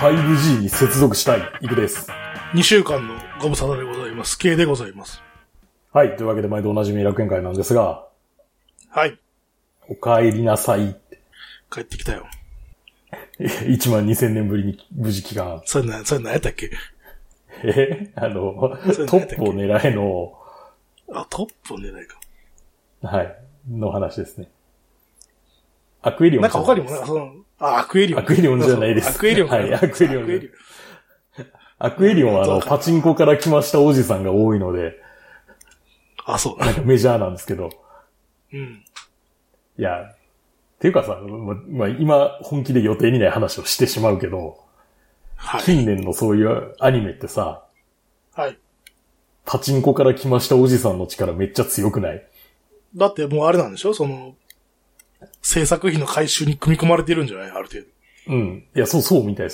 5G に接続したい。いくです。 2週間のご無沙汰でございます。K でございます。 はい。というわけで毎度おなじみ楽園会なんですが。 はい。 お帰りなさい。 帰ってきたよ。 12000年ぶりに無事帰還。 それ何やったっけ？ トップを狙えの。 あ、トップを狙えか。 はい。の話ですね。アクエリオン。 なんか他にもアクエリオン。 アクエリオンじゃないです。 アクエリオン。 はい、アクエリオン。アクエリオンはパチンコから来ましたおじさんが多いので。 あ、そうなんかメジャーなんですけど。 うん。 いや、っていうかさ、まあ、今本気で予定にない話をしてしまうけど、はい、近年のそういうアニメってさ、 はい。 パチンコから来ましたおじさんの力めっちゃ強くない？ だってもうあれなんでしょ？制作費の回収に組み込まれてるんじゃない？ある程度。 うん。いや、そうみたい。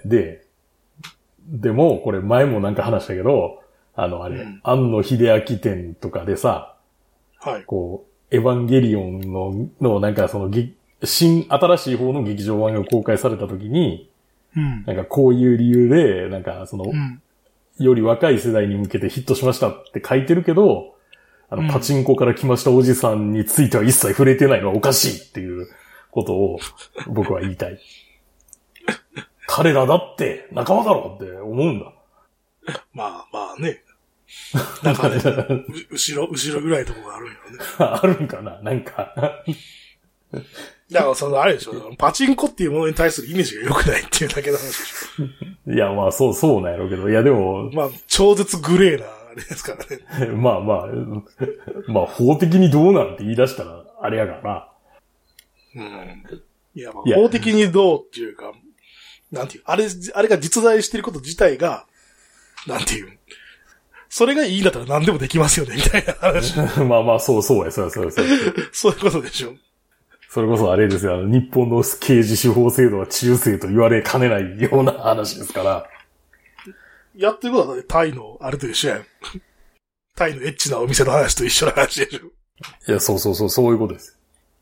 でも、これ前もなんか話したけど、庵野秀明展とかでさ、 はい。 こう、エヴァンゲリオンのなんか新しい方の劇場版が公開された時に、 うん。 なんかこういう理由で、なんかより若い世代に向けてヒットしましたって書いてるけど、パチンコから来ましたおじさんについては一切触れてないのはおかしいっていうことを僕は言いたい。彼らだって仲間だろうって思うんだ。 まあね。なんかね、後ろぐらいのとこがあるんよね。 あるんかななんか。 だからあれでしょ。パチンコっていうものに対するイメージが良くないっていうだけの話でしょ。いや、まあそうなんやろうけど、いやでも。 まあ、超絶グレーなあれですからね。 まあ法的にどうなんて言い出したらあれやからな。うん。いや、まあ、法的にどうっていうか、なんていう、あれが実在してること自体が、なんていう、それがいいんだったら何でもできますよね、みたいな話。 まあ、そうや。そういうことでしょ。 それこそあれですよ、日本の刑事司法制度は中世と言われかねないような話ですから。 やってることはね、タイのあれと一緒やん。タイのエッチなお店の話と一緒の話でしょ。 いや、そういうことです。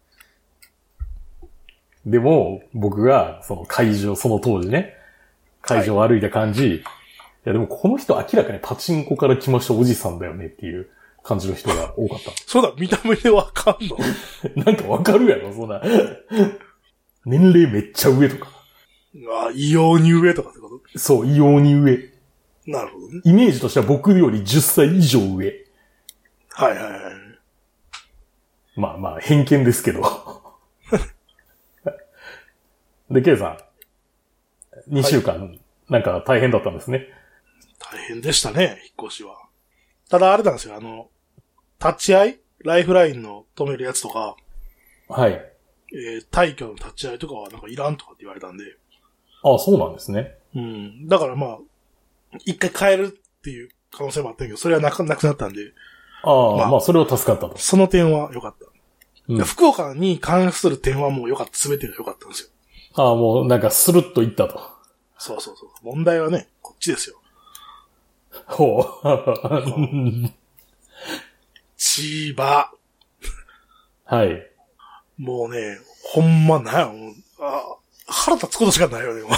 でも、僕が、その当時ね、会場を歩いた感じ、はい、いやでもこの人明らかにパチンコから来ましたおじさんだよねっていう感じの人が多かった。 そうだ、見た目でわかんのなんかわかるやろ、そんな。年齢めっちゃ上とか。 異様に上とかってこと？ そう、異様に上。 なるほどね。 イメージとしては僕より10歳以上上。 はい。 まあ、偏見ですけど。で、ケイさん、2週間、なんか大変だったんですね。 大変でしたね、引っ越しは。ただあれなんですよ、立ち会いライフラインの止めるやつとか、 はい。 退去の立ち会いとかはなんかいらんとかって言われたんで。 ああ、そうなんですね。 うん。だからまあ、一回変えるっていう可能性もあったけど、それはなくなったんで。 まあそれは助かったと。 その点は良かった。 うん、 福岡に関する点はもう良かった。すべてが良かったんですよ。 ああ、もうなんかスルッといったと。 そう。問題はね、こっちですよ。 ほう。 千葉。 はい。 もうね、ほんまなんや、もう、腹立つことしかないよね、もう。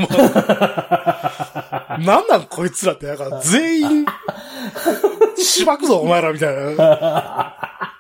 なんなんこいつらって、なんか全員、しばくぞ、お前ら、みたいな。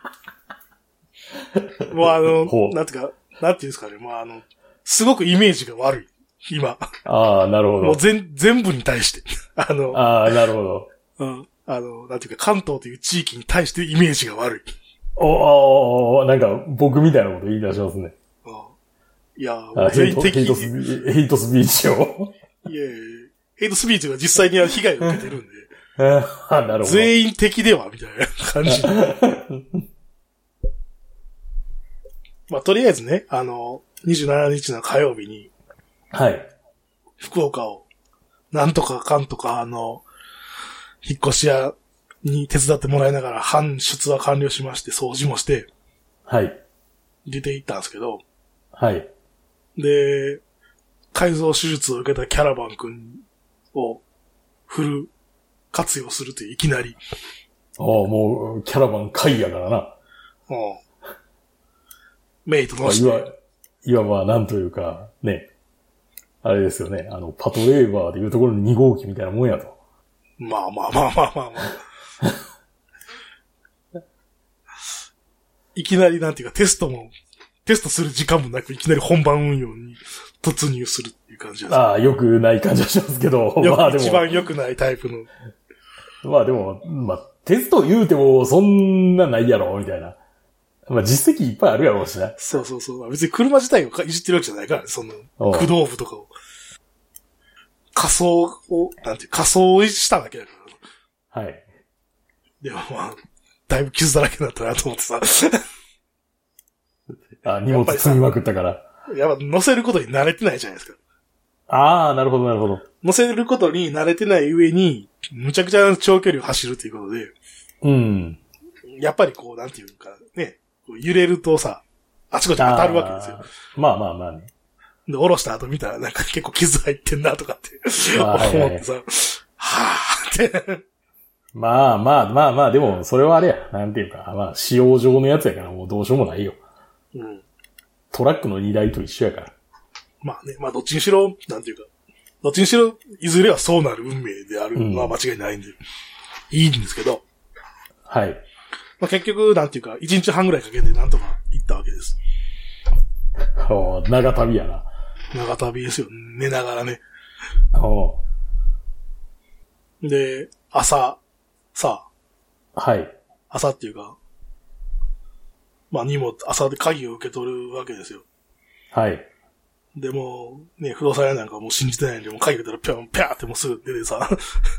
もうなんていうんですかね、もうすごくイメージが悪い。今。 ああ、なるほど。 もう全部に対して。 ああ、なるほど。 うん。なんていうか、関東という地域に対してイメージが悪い。 なんか、僕みたいなこと言い出しますね。 いや、 全員敵。ヘイトスピーチを。 いやヘイトスピーチが実際に被害を受けてるんで。 なるほど。 全員敵では、みたいな感じ。まあ、とりあえずね、27日の火曜日に、 はい。 福岡を、なんとかかんとか、引っ越し屋に手伝ってもらいながら、搬出は完了しまして、掃除もして、 はい。 出て行ったんですけど、 はい。 で、改造手術を受けたキャラバン君をフル活用するという、いきなり。 もう、キャラバン会やからな。 メイトのして。 いわばなんというか、ね。 あれですよね。パトレーバーでいうところの2号機みたいなもんやと。 まあまあまあまあまあまあ。いきなりなんていうかテストする時間もなくいきなり本番運用に突入するっていう感じです。 ああ、良くない感じはしますけど。 まあでも。一番良くないタイプの。 まあでも、まあテスト言うてもそんなないやろ、みたいな。まあ実績いっぱいあるやろうしな。 そうそうそう。別に車自体をいじってるわけじゃないからね、その、駆動部とかを。仮装しただけだから。 はい。 でもまあ、だいぶ傷だらけになったなと思ってさ。 あ、荷物積みまくったから。 やっぱ乗せることに慣れてないじゃないですか。 ああ、なるほどなるほど。 乗せることに慣れてない上に、むちゃくちゃ長距離を走るということで。 うん。 やっぱりこう、なんていうか、ね、揺れるとさ、あちこち当たるわけですよ。 まあまあまあね。 で、下ろした後見たらなんか結構傷入ってんなとかって思ってさ、はぁって。 まあまあまあまあ、でもそれはあれや。なんていうか、まあ使用上のやつやからもうどうしようもないよ。 うん。 トラックの荷台と一緒やから。 まあね、まあどっちにしろ、なんていうか、どっちにしろ、いずれはそうなる運命であるのは間違いないんで、いいんですけど。 はい。 まあ結局、なんていうか、1日半ぐらいかけてなんとか行ったわけです。 長旅やな。 長旅ですよ。寝ながらね。で、朝、さあ。はい。 朝っていうか、まあ朝で鍵を受け取るわけですよ。 はい。 でも、ね、不動産屋なんかもう信じてないんで、もう鍵受けたらピャーってもうすぐ出てさ。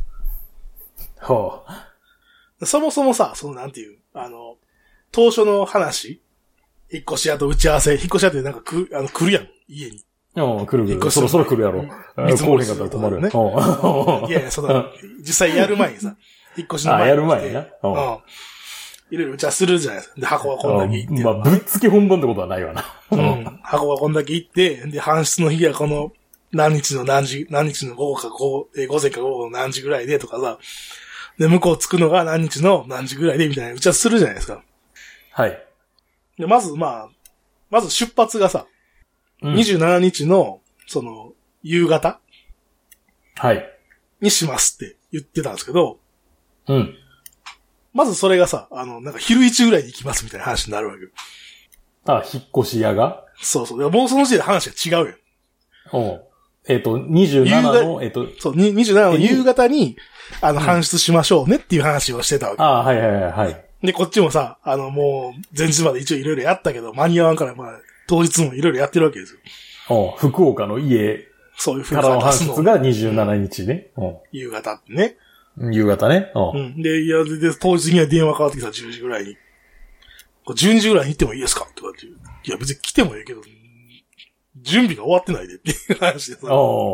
そもそもさ、なんていう、当初の話、引っ越し屋と打ち合わせ、引っ越し屋ってなんか来るやん、家に。 来る。そろそろ来るやろ。 見積もりかったら困るね。いやいや、実際やる前にさ、引っ越しの前に。 やる前にな。 いろいろ打ち合わせするじゃないですか。で、箱はこんだけ行って。 まあ、ぶっつけ本番ってことはないわな。 箱はこんだけ行って、で、搬出の日はこの、何日の午前か午後の何時ぐらいでとかさ、で、向こう着くのが何日の何時ぐらいでみたいな打ち合わせするじゃないですか。 はい。 で、まず出発がさ、27日の、夕方はい。 にしますって言ってたんですけど、 うん。 まずそれがさ、なんか昼1ぐらいに行きますみたいな話になるわけよ。 引っ越し屋がそうそう。もうその時点で話が違うよ。 27の、 そう、27の夕方に、搬出しましょうねっていう話をしてたわけ。 はいはいはいはい。 で、こっちもさ、もう、前日まで一応いろいろやったけど、間に合わんから、まあ、当日もいろいろやってるわけですよ。福岡の家からの搬出が27日ね。 夕方ってね。 夕方ね。 で、当日には電話かかってきた10時ぐらいに。12時ぐらいに行ってもいいですかとかっていう。いや、別に来てもいいけど、準備が終わってないでっていう話でさ。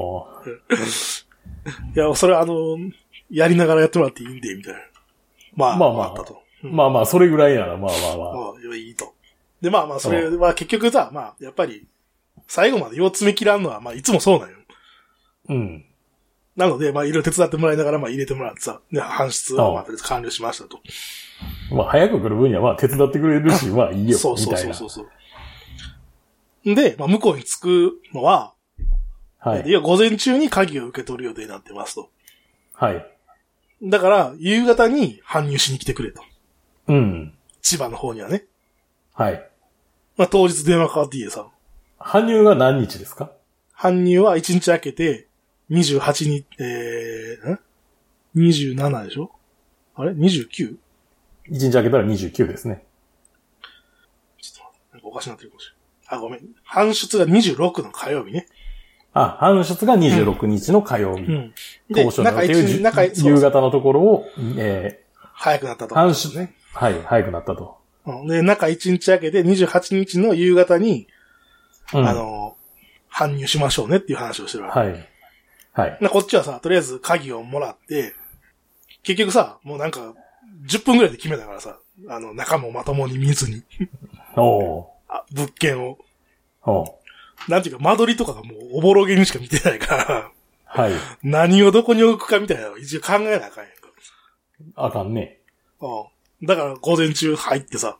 いや、それやりながらやってもらっていいんで、みたいな。まあ、あったと。 まあまあ、それぐらいなら、まあ。 いいと。で、まあ、それは結局さ、まあ、やっぱり、最後までよう詰め切らんのは、まあ、いつもそうなんよ。 うん。 なので、まあ、いろいろ手伝ってもらいながら、まあ、入れてもらってさ、で、搬出は、まあ、完了しましたと。 まあ、早く来る分には、まあ、手伝ってくれるし、まあ、いいよ、 そう。で、まあ、向こうに着くのは、 はい。 いや、午前中に鍵を受け取る予定になってますと。 はい。 だから、夕方に搬入しに来てくれと。 うん。 千葉の方にはね。 はい。 まあ、当日電話かかっていいでさ。 搬入が何日ですか？ 搬入は1日空けて、28日、27でしょ？あれ 29？ 1日空けたら29ですね。 ちょっと待って、なんかおかしなってるかもしれない。ごめん。搬出が26の火曜日ね。 搬出が26日の火曜日。で、夕方のところを、 早くなったと。 搬出ね。はい、早くなったと。 で、中1日空けて28日の夕方に、搬入しましょうねっていう話をしてるわけ。 はい。 こっちはさ、とりあえず鍵をもらって、結局さ、もうなんか、10分ぐらいで決めたからさ、中もまともに見ずに。物件を。なんていうか、間取りとかがもうおぼろげにしか見てないから、 はい。 何をどこに置くかみたいなのを一応考えなあかんやんか。 あかんね。 だから午前中入ってさ、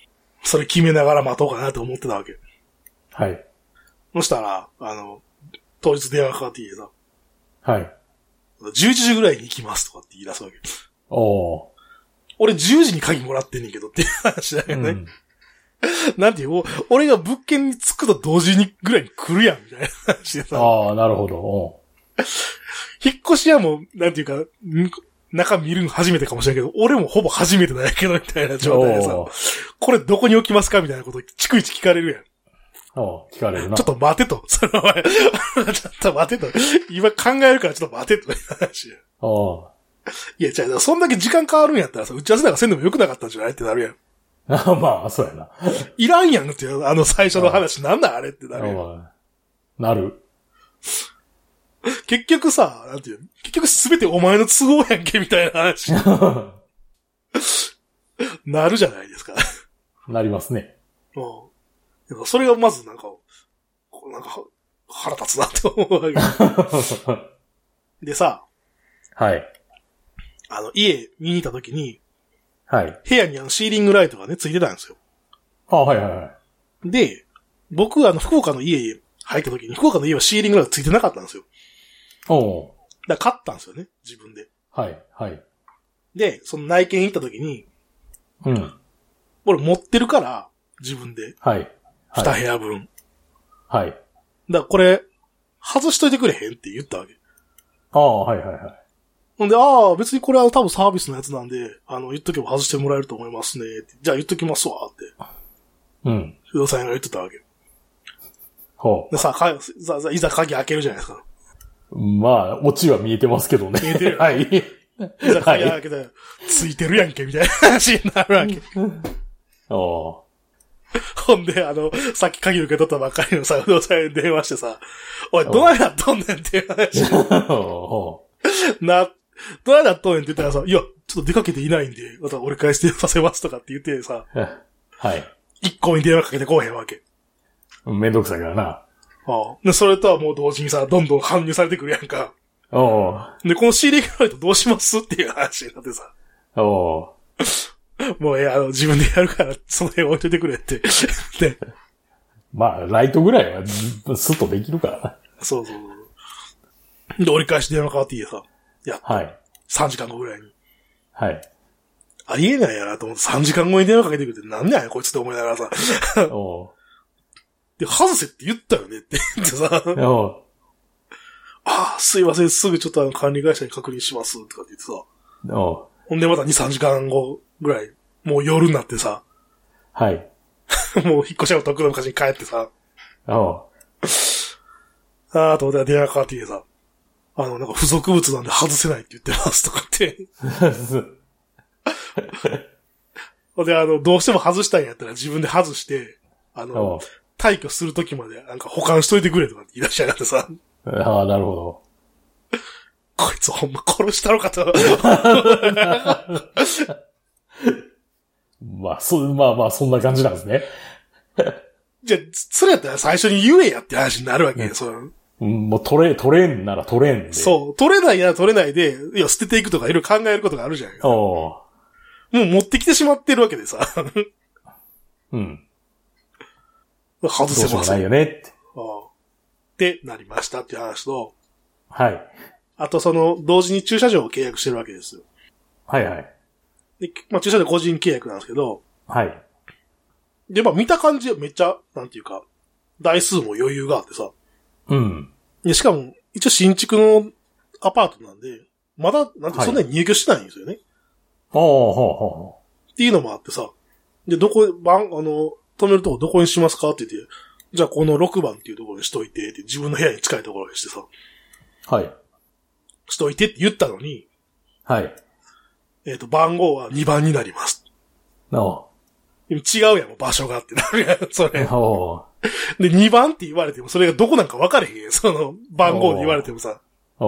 それ決めながら待とうかなと思ってたわけ。 はい。 そしたら、 当日電話かかってきてさ。 はい。 11時ぐらいに行きますとかって言い出すわけ。 おー。俺 10時に鍵もらってんねんけどっていう話だよね。うん、なんていう、俺が物件に着くと同時にぐらいに来るやん、みたいな話でさ。 ああ、なるほど。 引っ越しはもう、なんていうか、中見るの初めてかもしれないけど、俺もほぼ初めてなんやけど、みたいな状態でさ、これどこに置きますかみたいなことを逐一聞かれるやん。 聞かれるな。 ちょっと待てと。その前、ちょっと待てと。今考えるからちょっと待てと。話や。いや、じゃあ、そんだけ時間変わるんやったらさ、打ち合わせなんかせんでもよくなかったんじゃないってなるやん。 まあ、そうやな。 いらんやんっていう、最初の話なんだあれってなるやん。 なる。 結局さ、なんていう、結局すべてお前の都合やんけみたいな話。なるじゃないですか。 なりますね。 それがまずなんか腹立つなって思うわけ。でさ、 はい。 家見に行った時に、 はい。 部屋にシーリングライトがね、ついてたんですよ。 はいはいはい。 で、僕福岡の家入った時に、福岡の家はシーリングライトついてなかったんですよ。だから買ったんですよね、自分で。 はいはい。 で、その内見行った時に、 うん。 俺持ってるから、自分で。 はい。 2部屋分。 はい。 だからこれ、外しといてくれへんって言ったわけ。 はいはいはい。 ほんで、別にこれは多分サービスのやつなんで、言っとけば外してもらえると思いますね。じゃあ言っときますわ、って。 うん。 不動産屋が言ってたわけ。 でさ、いざ鍵開けるじゃないですか。 まあ、オチは見えてますけどね。 見えてる。 はい。いざ鍵開けたら、ついてるやんけ、みたいな話になるわけ。ほんで、さっき鍵受け取ったばっかりのさ、不動産屋に電話してさ、おい、どないなっとんねんっていう話。どないなっとんねんって言ったらさ、いや、ちょっと出かけていないんで、また折り返してさせますとかって言ってさ、 はい。 一個に電話かけてこうへんわけ。 めんどくさいからな。 で、それとはもう同時にさ、どんどん搬入されてくるやんか。で、このシーリングライトどうしますっていう話になってさ。もう自分でやるから、その辺置いといてくれって。で。 まあ、ライトぐらいは、スッとできるからな。 そう。で、折り返し電話変わっていいやさ。 はい。 3時間後ぐらいに。 はい。 ありえないやなと思って3時間後に電話かけてくれて、なんなんやこいつって思いながらさ。で、外せって言ったよねって言ってさ。すいません、すぐちょっと管理会社に確認します、とかって言ってさ。ほんでまた2、3時間後ぐらい、もう夜になってさ。 はい。 もう引っ越しはとっくの昔に帰ってさ。と思ったら電話かかってきてさ。なんか付属物なんで外せないって言ってますとかって。で、どうしても外したいんやったら自分で外して、退去するときまでなんか保管しといてくれとかって言い出しやがってさ。 なるほど。 こいつほんま殺したのかと。 まあ、そんな感じなんですね。 じゃあ、それやったら最初に言えやって話になるわけよ、 もう取れんなら取れんで。 そう。取れないなら取れないで、いや、捨てていくとかいろいろ考えることがあるじゃん。もう持ってきてしまってるわけでさ。 うん。 外せません。 どうしようもないよねって。 ってなりましたっていう話と。 はい。 あと同時に駐車場を契約してるわけですよ。 はいはい。 で、駐車場個人契約なんですけど。 はい。 で、見た感じめっちゃ、なんていうか、台数も余裕があってさ。 うん。 で、しかも、一応新築のアパートなんで、まだ、そんなに入居してないんですよね。っていうのもあってさ。で、止めるとこどこにしますかって言って、じゃあこの6番っていうところにしといて、って自分の部屋に近いところにしてさ。 はい。 しといてって言ったのに。 はい。 番号は2番になります。違うやん、もう場所がってなるやん、それ。で、2番って言われても、それがどこなんか分かれへんやん、その番号で言われてもさ。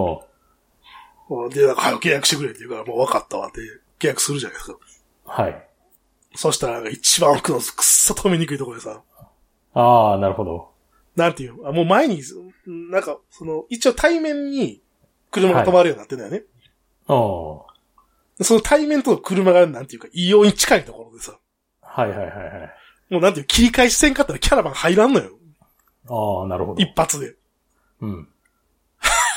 で、なんか、契約してくれって言うから、もう分かったわって、契約するじゃないですか。はい。そしたら、一番奥のくっそ止めにくいところでさ。 なるほど。 なんていうの？もう前に、なんか、一応対面に車が止まるようになってんだよね。その対面との車が、なんていうか、異様に近いところでさ。はいはいはいはい。もうなんていう、切り返しせんかったらキャラバン入らんのよ。 なるほど。 一発で。 うん。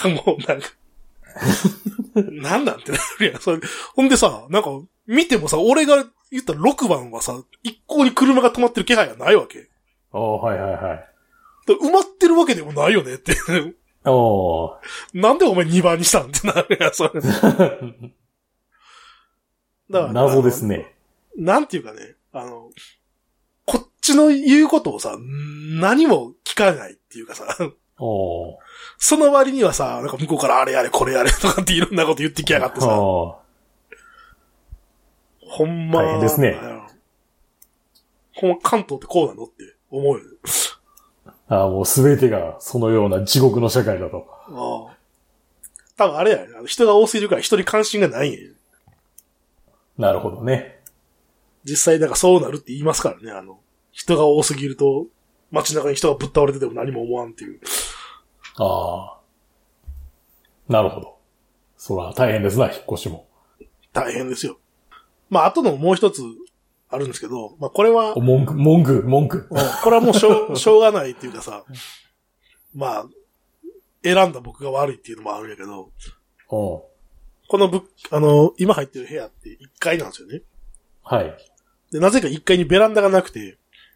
もうなんか、なんなんてなるやん。それほんでさ、なんか、見てもさ、俺が言った6番はさ、一向に車が止まってる気配がないわけ。 ああ、はいはいはい。 埋まってるわけでもないよねって。 おなんでお前2番にしたんってなるやん、それ。だから謎ですね。 なんていうかね、こっちの言うことをさ、何も聞かないっていうかさ、その割にはさ、なんか向こうからあれやれこれやれとかっていろんなこと言ってきやがってさ、ほんま、 大変ですね。 ほんま関東ってこうなのって思うよね。 ああ、もうすべてがそのような地獄の社会だと。 ああ。多分あれやね、人が多すぎるから人に関心がないんや。 なるほどね。 実際なんかそうなるって言いますからね、人が多すぎると、街中に人がぶっ倒れてても何も思わんっていう。 ああ。なるほど。そら大変ですな、引っ越しも。 大変ですよ。まあ、あとのもう一つあるんですけど、まあ、これは。 文句。 これはもうしょうがないっていうかさ、まあ、選んだ僕が悪いっていうのもあるんやけど、この今入ってる部屋って1階なんですよね。 はい。 で、なぜか1階にベランダがなくて、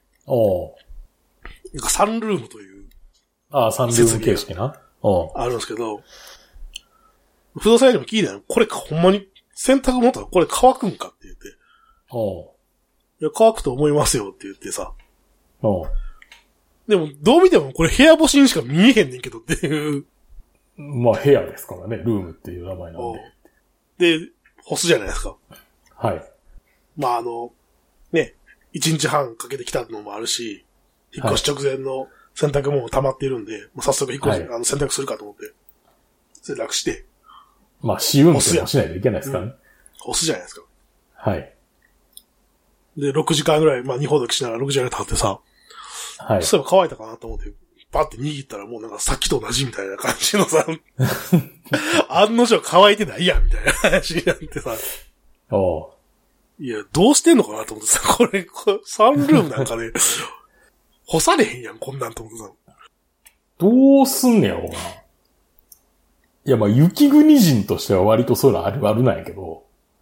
なんかサンルームという。 ああ、サンルーム形式な。 あるんですけど、不動産屋にも聞いたよ。これほんまに洗濯物とかこれ乾くんかって言って。いや、乾くと思いますよって言ってさ。でも、どう見てもこれ部屋干しにしか見えへんねんけどっていう。 まあ部屋ですからね、ルームっていう名前なんで。で、干すじゃないですか。 はい。 まあね、1日半かけてきたのもあるし、引っ越し直前の洗濯物溜まっているんで、もう早速引っ越し、洗濯するかと思って、それ楽して。 まあ、試運転もしないといけないですからね。 干すじゃないですか。 はい。 で、6時間ぐらい、まあ、2ほどきしながら6時間ぐらい経ってさ、はい。そういえば乾いたかなと思って、パッて握ったらもうなんかさっきと同じみたいな感じのさ、案の定乾いてないやんみたいな話になってさ、いや、どうしてんのかなと思ってさ、これサンルームなんかね、干されへんやん、こんなんと思ってさ。 どうすんねやろうな。いや、まあ、雪国人としては割とそういうのあるなんやけど、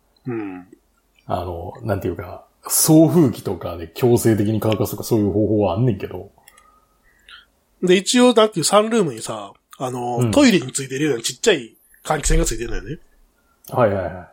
なんていうか、送風機とかで強制的に乾かすとかそういう方法はあんねんけど。 で、一応、なんていうサンルームにさ、トイレについてるようなちっちゃい換気扇がついてるのよね。 はいはいはい。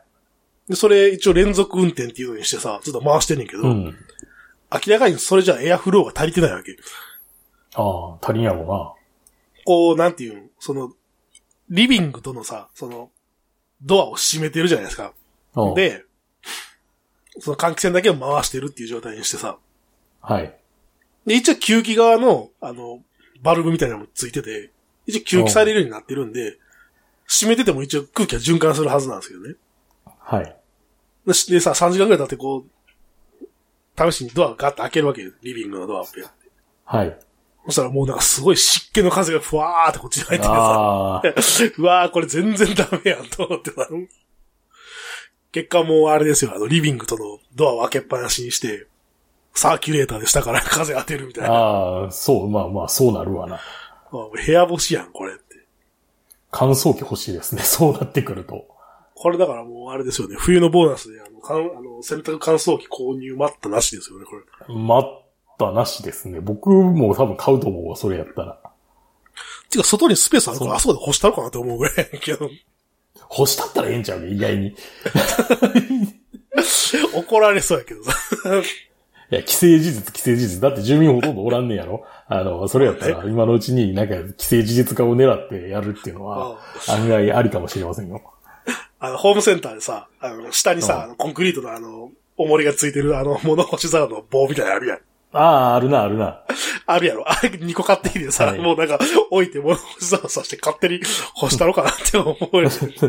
で、それ一応連続運転っていうのにしてさ、ずっと回してんねんけど、明らかにそれじゃエアフローが足りてないわけ。 ああ、足りんやろうな。 こう、なんていうの、リビングとのさ、ドアを閉めてるじゃないですか。で、その換気扇だけを回してるっていう状態にしてさ。 はい。 で、一応吸気側の、バルブみたいなのもついてて、一応吸気されるようになってるんで、閉めてても一応空気は循環するはずなんですけどね。 はい。 でさ、3時間くらい経ってこう、試しにドアをガッと開けるわけよ。リビングのドアをやって。 はい。 そしたらもうなんかすごい湿気の風がふわーってこっちに入っててさ、うわーこれ全然ダメやんと思ってさ、結果もうあれですよ、リビングとのドアを開けっぱなしにして、サーキュレーターで下から風当てるみたいな。 ああ、そう、まあまあ、そうなるわな。 部屋干しやん、これって。 乾燥機欲しいですね、そうなってくると。 これだからもうあれですよね、冬のボーナスで洗濯乾燥機購入待ったなしですよね、これ。 待ったなしですね。僕も多分買うと思うわ、それやったら。 てか、外にスペースあるから、あそこで干したのかなって思うぐらいやけど。 干したったらええんちゃうね、意外に。 怒られそうやけどさ。 いや、既成事実。だって住民ほとんどおらんねやろ。それやったら今のうちになんか既成事実化を狙ってやるっていうのは、案外ありかもしれませんよ。 ホームセンターでさ、下にさ、コンクリートの重りがついてる物干し竿の棒みたいなのあるやん。 あるな。 あるやろ。あれ2個買ってきてさ、もうなんか置いて物干し竿さして勝手に干したのかなって思うよ。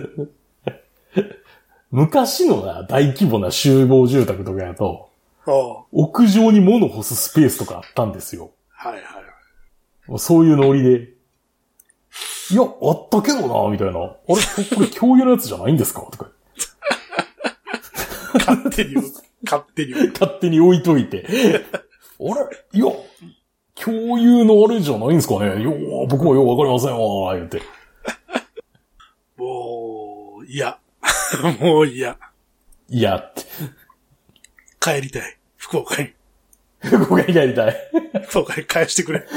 昔の大規模な集合住宅とかやと、屋上に物干すスペースとかあったんですよ。 はいはい。 そういうノリで、いや、あったけどな、みたいな。あれ、これ共有のやつじゃないんですかとか。 勝手に置いといて。あれいや、共有のあれじゃないんですかね。僕もようわかりませんわ、言って。 もう、嫌。もう嫌。 嫌って。 帰りたい。福岡に。 福岡に帰りたい。 福岡に返してくれ。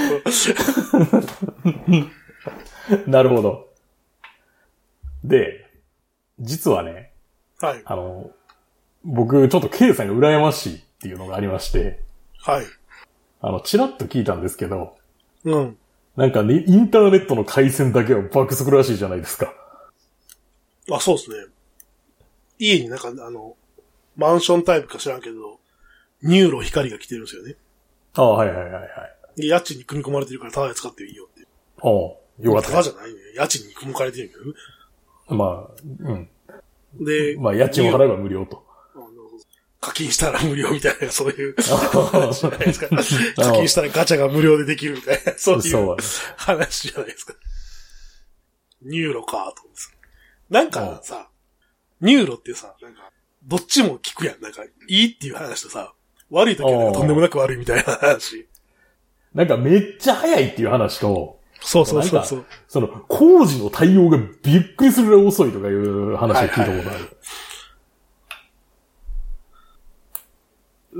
なるほど。で、実はね、 はい。 僕、ちょっと K さんが羨ましいっていうのがありまして、 はい。 ちらっと聞いたんですけど、 うん。 なんかね、インターネットの回線だけは爆速らしいじゃないですか。 あ、そうですね。家になんかマンションタイプか知らんけど、ニューロ光が来てるんですよね。 ああ、はいはいはいはい。 で、家賃に組み込まれてるからタダで使っていいよって。 ああ、よかった。 タダじゃないね。家賃に組み込まれてるけど。 まあ、うん。 で、 まあ、家賃を払えば無料と。 課金したら無料みたいな、そういう話じゃないですか。課金したらガチャが無料でできるみたいな、そういう話じゃないですか。ニューロか、と思うんです。なんかさ、ニューロってさ、なんか、どっちも聞くやん。なんか、いいっていう話とさ、悪い時はとんでもなく悪いみたいな話。 なんかめっちゃ早いっていう話と、 そうそうそうそう。 その、工事の対応がびっくりするぐらい遅いとかいう話を聞いたことある。はいはいはい、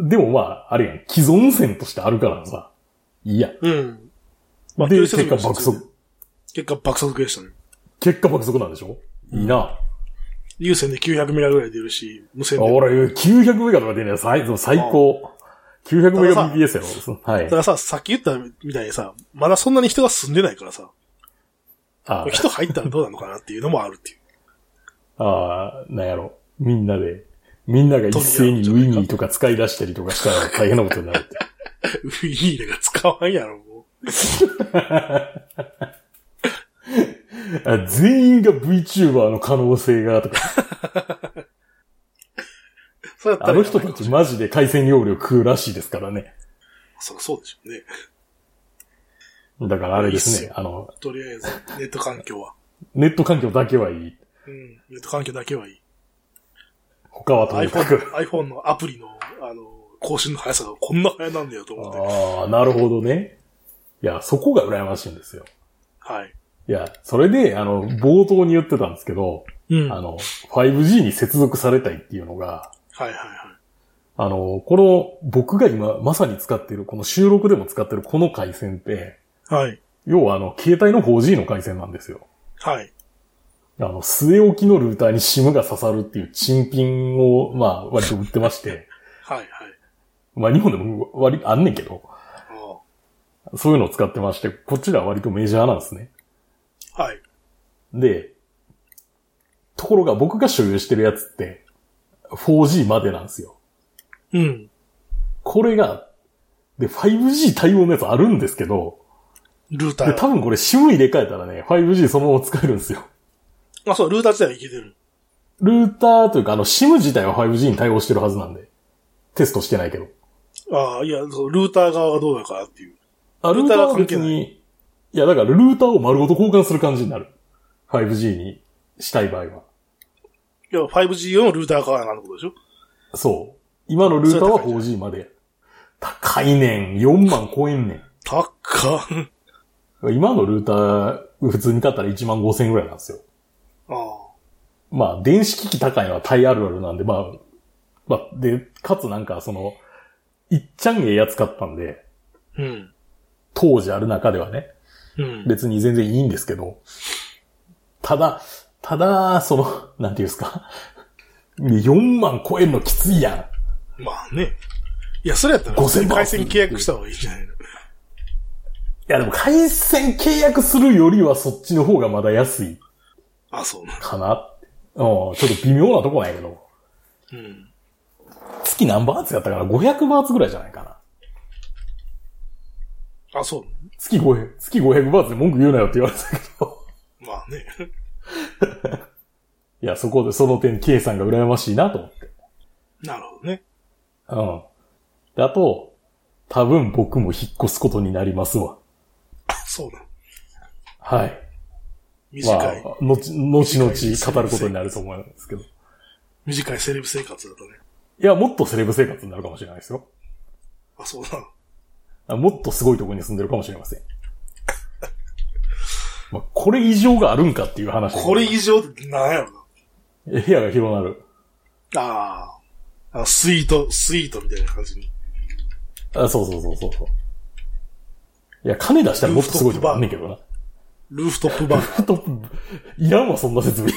でもまあ、あれやん、既存線としてあるからさ、いいや。 うん。まあ、 で、結果爆速。 結果爆速でしたね。 結果爆速なんでしょ、いいな。 有線で900メガぐらい出るし、無線で。 俺、900メガとか出るの最高。900メガ BPS やろ。はい。 だからさ、さっき言ったみたいにさ、まだそんなに人が住んでないからさ、人入ったらどうなのかなっていうのもあるっていう。 ああ、なんやろ。みんなが一斉にウィニーとか使い出したりとかしたら大変なことになるって。 ウィニーが使わんやろ、もう。 全員が VTuber の可能性がとか。 そうやったら人たちマジで回線容量食うらしいですからね。 そうでしょうね。 だからあれですね。 とりあえず、ネット環境は。 ネット環境だけはいい。 うん、ネット環境だけはいい。 他はとにかく。 iPhone のアプリの、更新の速さがこんな速なんだよと思って。 ああ、なるほどね。いや、そこが羨ましいんですよ。 はい。 いや、それで、冒頭に言ってたんですけど、 うん、 5G に接続されたいっていうのが、 はいはいはい。 この、僕が今まさに使っている、この収録でも使っているこの回線って、 はい。 要は携帯の 4G の回線なんですよ。 はい。 据え置きのルーターに SIM が刺さるっていう珍品を、まあ、割と売ってまして。 はいはい。 まあ、日本でもあんねんけど、そういうのを使ってまして、こっちでは割とメジャーなんですね。 はい。 で、ところが僕が所有してるやつって、4G までなんですよ。 うん。 これが、で、5G 対応のやつあるんですけど、 ルーター。 で、多分これ SIM 入れ替えたらね、5G そのまま使えるんですよ。 あ、そう、ルーター自体はいけてる。 ルーターというか、SIM 自体は 5G に対応してるはずなんで。テストしてないけど。 ああ、いや、ルーター側がどうだかっていう。 ルーターは別に、いや、だからルーターを丸ごと交換する感じになる。5G にしたい場合は。 いや、5G 用のルーター側なんてことでしょ？ そう。今のルーターは 4G まで。高いねん。4万超えんねん。 高っ。 今のルーター、普通に買ったら1万5千円ぐらいなんですよ。 ああ。 まあ、電子機器高いのはタイあるあるなんで、まあ、で、かつなんかいっちゃんええやつ買ったんで、 うん。 当時ある中ではね、 うん。 別に全然いいんですけど、ただ、なんていうんですか、4万超えるのきついやん。まあね。いや、それやったら、回線契約した方がいいんじゃないの？いや、でも回線契約するよりはそっちの方がまだ安い。 あ、そうな。 かなって。ちょっと微妙なとこないけど。 うん。 月何バーツやったかな ?500 バーツぐらいじゃないかな。 あ、そう。 月500バーツで文句言うなよって言われたけど。 まあね。 いや、その点、K さんが羨ましいなと思って。 なるほどね。 うん。で、あと、多分僕も引っ越すことになりますわ。 あ、そうな。 はい。 短い。 まあ、後々語ることになると思うんですけど。 短いセレブ生活だとね。 いや、もっとセレブ生活になるかもしれないですよ。 あ、そうな。 もっとすごいところに住んでるかもしれません。 まあ、これ以上があるんかっていう話。 これ以上って何やろな。部屋が広なる。 ああ。スイートみたいな感じに。 あ、そう。いや、金出したらもっとすごいとこあんねんけどな。 ルーフトップバー。 ルーフトップ、いらんわ、そんな設備。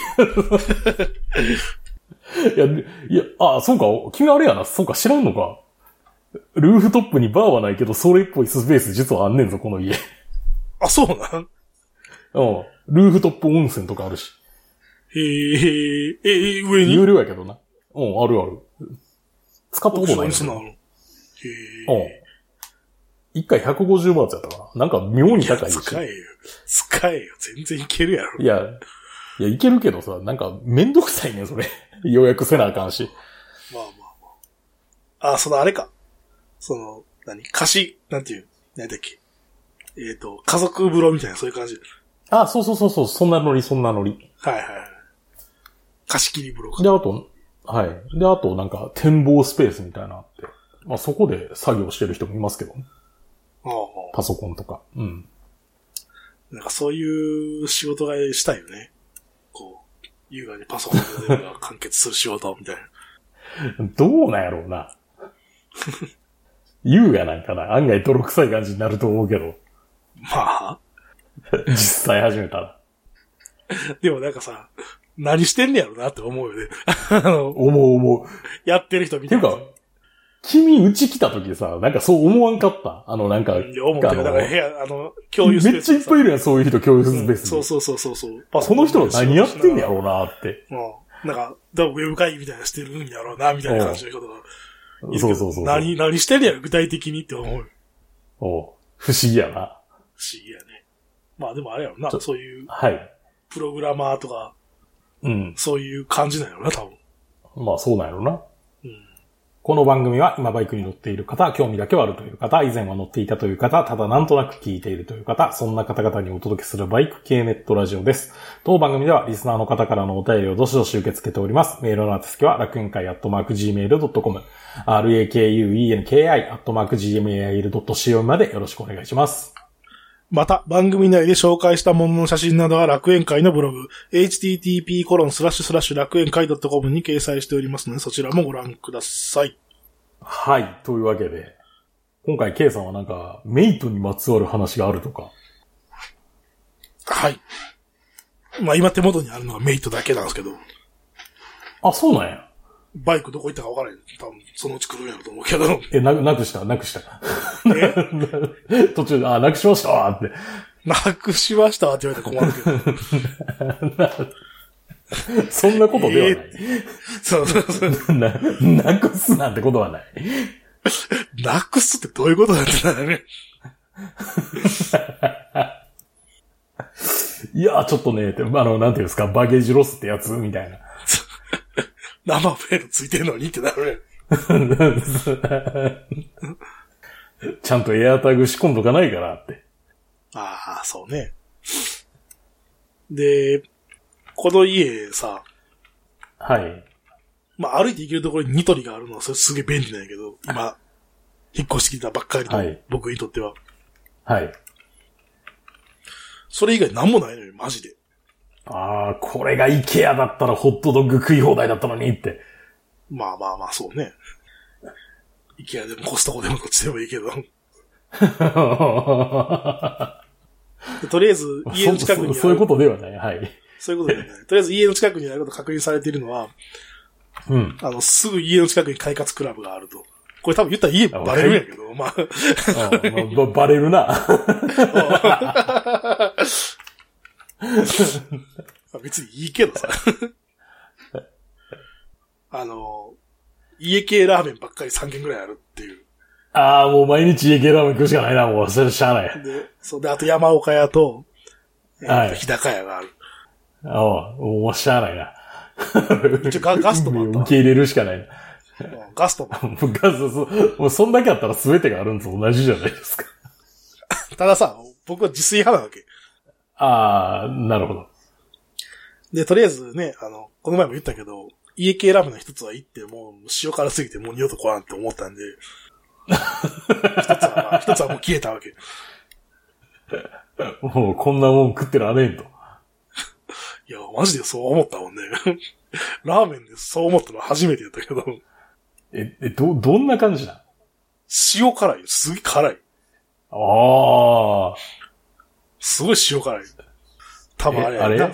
いや、そうか、君あれやな、そうか、知らんのか。ルーフトップにバーはないけど、それっぽいスペース実はあんねんぞ、この家。 あ、そうなん？ うん。ルーフトップ温泉とかあるし。 上に？ 有料やけどな。うん、あるある。使ったことない。 そうなの？ うん。1回150バーツやったかな。なんか妙に高いし。 使えよ。全然いけるやろ。 いや、いけるけどさ、なんかめんどくさいね、それ。予約せなあかんし。 まあ。あ、あれか。なんていう、何だっけ。家族風呂みたいな、そういう感じ。 あ、そう。そんなノリ。 はい。貸し切り風呂か。 で、あと、なんか、展望スペースみたいなのあって。まあ、そこで作業してる人もいますけどね。パソコンとか。うん。 なんかそういう仕事がしたいよね。こう、優雅にパソコンで完結する仕事みたいな。どうなんやろうな。優雅なんかな。案外泥臭い感じになると思うけど。 まあ。 実際始めたら。 でもなんかさ、何してんねやろなって思うよね。 思う。 やってる人見てる。 ていうか、君うち来た時さ、なんかそう思わんかった？なんか。 いや、思ってる。だから部屋、共有スペース。 めっちゃいっぱいいるやん、そういう人共有スペース。 そう。 その人は何やってんねやろうなって。 なんか、ウェブ会議みたいなしてるんやろうな、みたいな感じの人が。 そう。 何してんねやろ、具体的にって思う。 不思議やな。 不思議やね。まあでもあれやろな、そういう。 はい。 プログラマーとか。 うん。 そういう感じなんやろな、多分。 まあそうなんやろな。この番組は今バイクに乗っている方、興味だけはあるという方、以前は乗っていたという方、ただなんとなく聞いているという方、そんな方々にお届けするバイク系ネットラジオです。当番組ではリスナーの方からのお便りをどしどし受け付けております。メールの宛先は楽園会@gmail.com、rakuenkai@gmail.com までよろしくお願いします。 また、番組内で紹介したものの写真などは楽園会のブログ、http:// 楽園会 .com に掲載しておりますので、そちらもご覧ください。 はい。というわけで、今回 K さんはなんか、メイトにまつわる話があるとか。 はい。まあ今手元にあるのがメイトだけなんですけど。 あ、そうなんや。 バイクどこ行ったか分からへん。多分、そのうち来るんやろと思うけど。 なくした。途中で、なくしましたって。 なくしましたって言われて困るけど。 そんなことではない。 そう。 なくすなんてことはない。 なくすってどういうことなんてなるね。 いや、ちょっとね、なんていうんですか、バゲージロスってやつみたいな。 ナンバープレートついてんのにってなるね。 ちゃんとエアタグ仕込んどかないからって。 ああ、そうね。で、この家さ。 はい。 まあ歩いて行けるところにニトリがあるのはそれすげえ便利なんやけど、今、引っ越してきたばっかりの、僕にとっては。 はい。 それ以外なんもないのよ、マジで。 これがイケアだったらホットドッグ食い放題だったのにって。 まあ、そうね。イケアでもコストコでもこっちでもいいけど。とりあえず、家の近くにある。 そういうことではない。はい。 そういうことではない。とりあえず家の近くにあること確認されているのは、すぐ家の近くに快活クラブがあると。これ多分言ったら家バレるんやけど、まあ。 バレるな。 別にいいけどさ。家系ラーメンばっかり3軒ぐらいあるっていう。 もう毎日家系ラーメン食うしかないな、もう。それしゃあない。 で、あと山岡屋と、日高屋がある。 もうしゃあないな。 一応ガストもあった。 受け入れるしかない。 ガストも。 もうそんだけあったら全てがあるんと同じじゃないですか。 たださ、僕は自炊派なわけ。 なるほど。で、 とりあえずね、この前も言ったけど、家系ラーメンの一つは行って、もう塩辛すぎてもう二度と来らんって思ったんで、一つはもう消えたわけ。 もうこんなもん食ってられんと。 いや、マジでそう思ったもんね。ラーメンでそう思ったのは初めてやったけど。 どんな感じな塩辛い。すげえ辛い。 の？ああ。 すごい塩辛い。多分あれやな、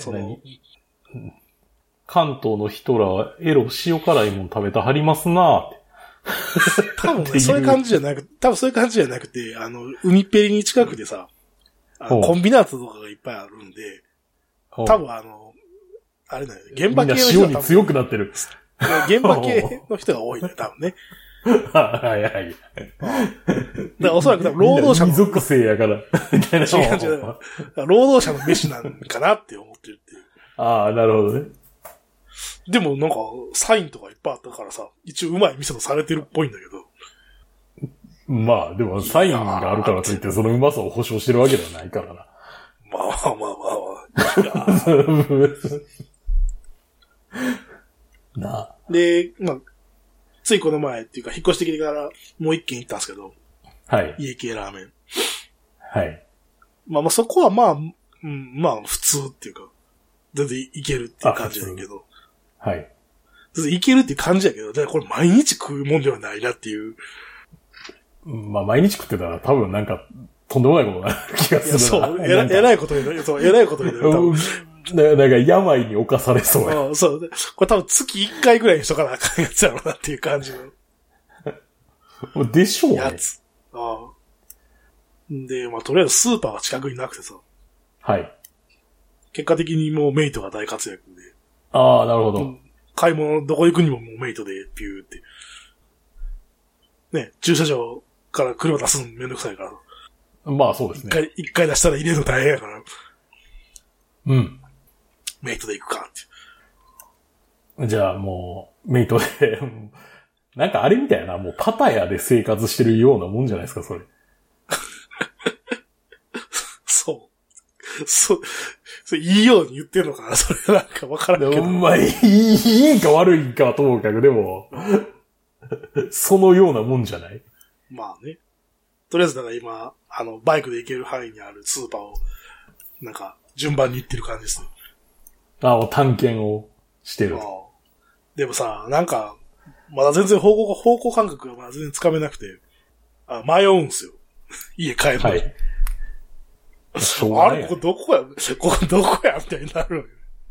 関東の人らは塩辛いもん食べたはりますなーって。 多分ね、そういう感じじゃなくて、海っぺりに近くでさ、コンビナートとかがいっぱいあるんで、多分あれだよね、現場系の人みんな塩に強くなってる。 現場系の人が多いね、多分ね。 はいはい。だからおそらく多分労働者の。 民族性やから。みたいな。 違う。労働者の飯なんかなって思ってるっていう。 ああ、なるほどね。 でもなんか、サインとかいっぱいあったからさ、一応うまい店とされてるっぽいんだけど。 まあ、でもサインがあるからといってそのうまさを保証してるわけではないからな。 まあ。 なあ。 で、まあ、ついこの前っていうか、引っ越してきてからもう一軒行ったんですけど。 はい。 家系ラーメン。 はい。 まあそこはまあ、まあ普通っていうか、全然いけるっていう感じだけど。 はい。 全然いけるっていう感じだけど、だからこれ毎日食うもんではないなっていう。 まあ毎日食ってたら多分なんか、とんでもないことになる気がするな。いや、 そう、えらいことになる。そう、えらいことになる。 なんか病に侵されそうや。 そう。これ多分月1回ぐらいにしとかなあかんやつやろうなっていう感じの。でしょうね。 やつ。で、まあとりあえずスーパーは近くになくてさ。はい。結果的にもうメイトが大活躍で。 ああ、なるほど。 買い物どこ行くにももうメイトでピューって。ね、駐車場から車出すのめんどくさいから。 まあそうですね。 一回出したら入れるの大変やから。 うん。 メイトで行くかって。じゃあもう、メイトで、なんかあれみたいな、もうパタヤで生活してるようなもんじゃないですか、それ。 そう。それいいように言ってんのかなそれなんかわからんけど。 まあ、いいか悪いかはともかく、でも、そのようなもんじゃない？ まあね。とりあえずだから今、バイクで行ける範囲にあるスーパーを、なんか、順番に行ってる感じですね。 探検をしてる。 でもさ、なんか、まだ全然方向感覚がまだ全然つかめなくて、迷うんすよ。家帰るのに。はい。あれ、ここどこやみたいになる。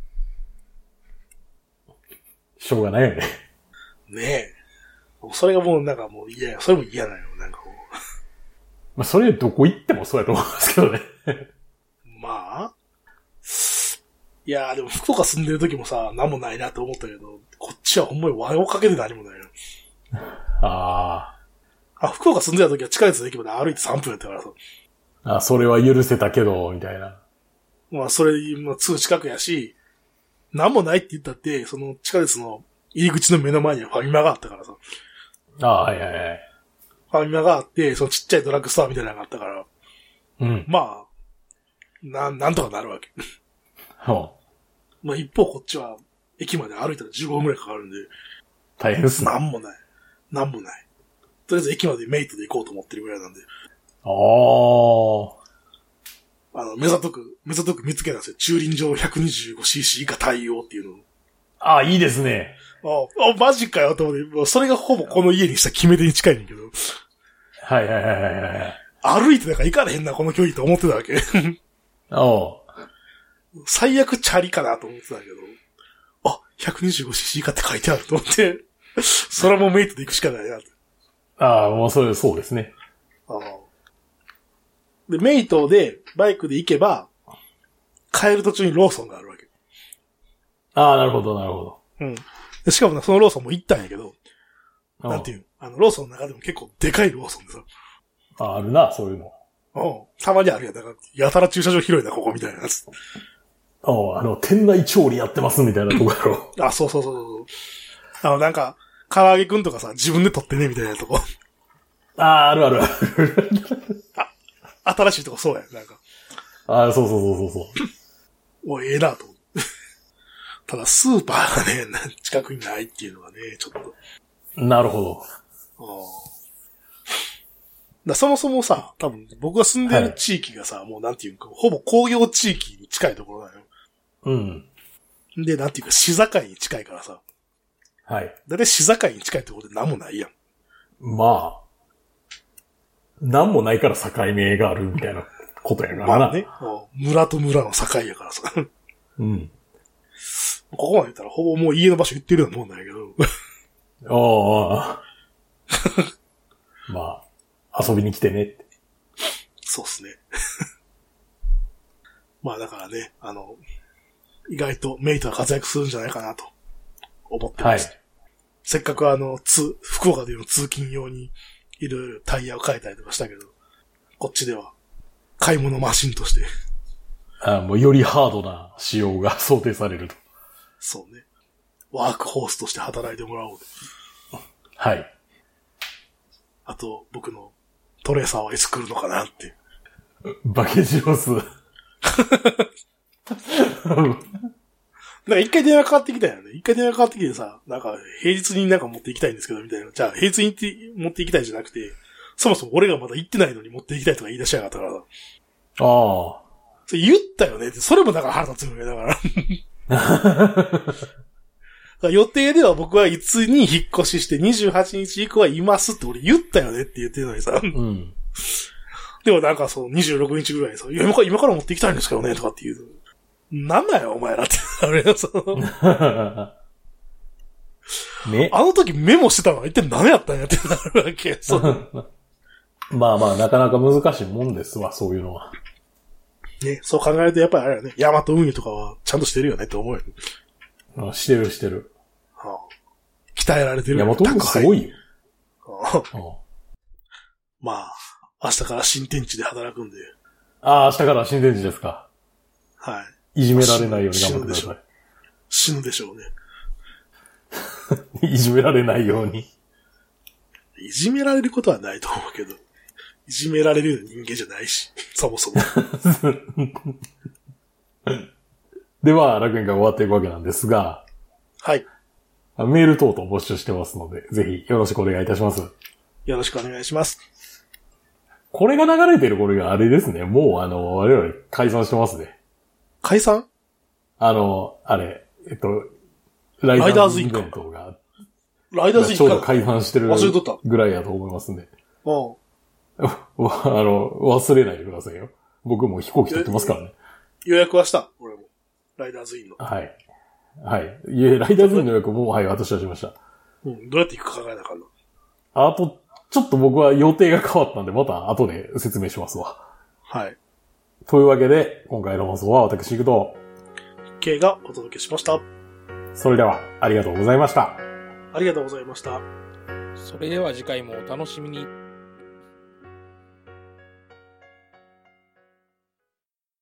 しょうがないよね。 ねえ。それがもうなんかもう嫌や。それも嫌なのよ、なんかこう。 まあ、それどこ行ってもそうやと思うんですけどね。 まあ。いやーでも福岡住んでる時もさ、何もないなと思ったけど、こっちはほんまに輪をかけて何もないな。福岡住んでた時は地下鉄の駅まで歩いて3分やったからさ。 それは許せたけど、みたいな。 まあ、それ、すぐ近くやし、何もないって言ったって、その地下鉄の入り口の目の前にはファミマがあったからさ。 はい。 ファミマがあって、そのちっちゃいドラッグストアみたいなのがあったから。 うん。 まあ、なんとかなるわけ。まあ一方こっちは、駅まで歩いたら15分くらいかかるんで。 大変っすね。 なんもない。とりあえず駅までメイトで行こうと思ってるぐらいなんで。目ざとく見つけたんですよ。駐輪場 125cc 以下対応っていうのを。 いいですね。 マジかよと思って、もうそれがほぼこの家にした決め手に近いねんけど。 はい。 歩いてなんか行かれへんな、この距離と思ってたわけ。最悪チャリかなと思ってたけど、125cc 以下って書いてあると思って、それはもうメイトで行くしかないなって。 もうそうですね。 で、メイトでバイクで行けば、帰る途中にローソンがあるわけ。 なるほど。 うん。でしかもそのローソンも行ったんやけど、なんていうローソンの中でも結構でかいローソンでさ。 あるな、そういうの。 たまにあるやん。だから、やたら駐車場広いな、ここみたいなやつ。 店内調理やってますみたいなとこやろ。 そう。なんか、唐揚げくんとかさ、自分で取ってね、みたいなとこ。 ある。 新しいとこそうやん、なんか。 そう。 ええなと思って。ただ、スーパーがね、近くにないっていうのがね、ちょっと。 なるほど。 そもそもさ、多分僕が住んでる地域がさ、もうなんていうか、ほぼ工業地域に近いところなのよ。 うん。 で、なんていうか、市境に近いからさ。 はい。 だいたい市境に近いところで何もないやん。 まあ、何もないから境目があるみたいなことやからな。 まあね。村と村の境やからさ。 うん。 ここまで言ったらほぼもう家の場所言ってるようなもんなんやけど。 ああ。まあ、遊びに来てねって。 そうっすね。まあだからね、意外とメイトは活躍するんじゃないかなと思ってます。はい、せっかく福岡での通勤用にいろいろタイヤを変えたりとかしたけど、こっちでは買い物マシンとして。 もうよりハードな仕様が想定されると。 そうね。ワークホースとして働いてもらおう。 はい。 あと、僕のトレーサーはいつ来るのかなって。 バケジロス。 なんか一回電話かかってきたよね。一回電話かかってきてさ、なんか平日になんか持っていきたいんですけど、みたいな。じゃあ平日に持っていきたいじゃなくて、そもそも俺がまだ行ってないのに持っていきたいとか言い出しやがったからさ。 ああ。 それ言ったよねって、それもなんか腹立つのよ、だから。予定では僕はいつに引っ越しして28日以降はいますって俺言ったよねって言ってるのにさ。うん。でもなんかそう26日ぐらいにさ、いや今から持っていきたいんですけどねとかって言う。なんだよお前らって。あれね。あの時メモしてたのは一体何やったんやってなるわけ。 まあまあなかなか難しいもんですわ、そういうのは。 ね、そう考えるとやっぱりあれだね、ヤマト運輸とかはちゃんとしてるよねって思うよね。 してるしてる。 はあ、鍛えられてるよね。ヤマト運輸すごいよ。 はあ、まあ、明日から新天地で働くんで。 ああ、明日から新天地ですか。 はい。 いじめられないように頑張ってください。 死ぬでしょうね。 いじめられないように。 いじめられることはないと思うけど、いじめられるような人間じゃないし、そもそも。 では、楽園が終わっていくわけなんですが、 はい。 メール等々募集してますので、ぜひよろしくお願いいたします。 よろしくお願いします。 これが流れてる頃があれですね。もう我々解散してますね。 解散？ あれ、ライダーズイベントが、 ライダーズイベントちょうど解散してるぐらいやと思いますんで。忘れないでくださいよ。僕も飛行機取ってますからね。 予約はした。俺も。ライダーズインの。 はい。はい。いえ、ライダーズインの予約も、はい、私はしました。 うん。どうやって行くか考えなあかんの？ あと、ちょっと僕は予定が変わったんで、また後で説明しますわ。 はい。 というわけで、今回の放送は私、行くと、 K がお届けしました。 それでは、ありがとうございました。 ありがとうございました。 それでは次回もお楽しみに。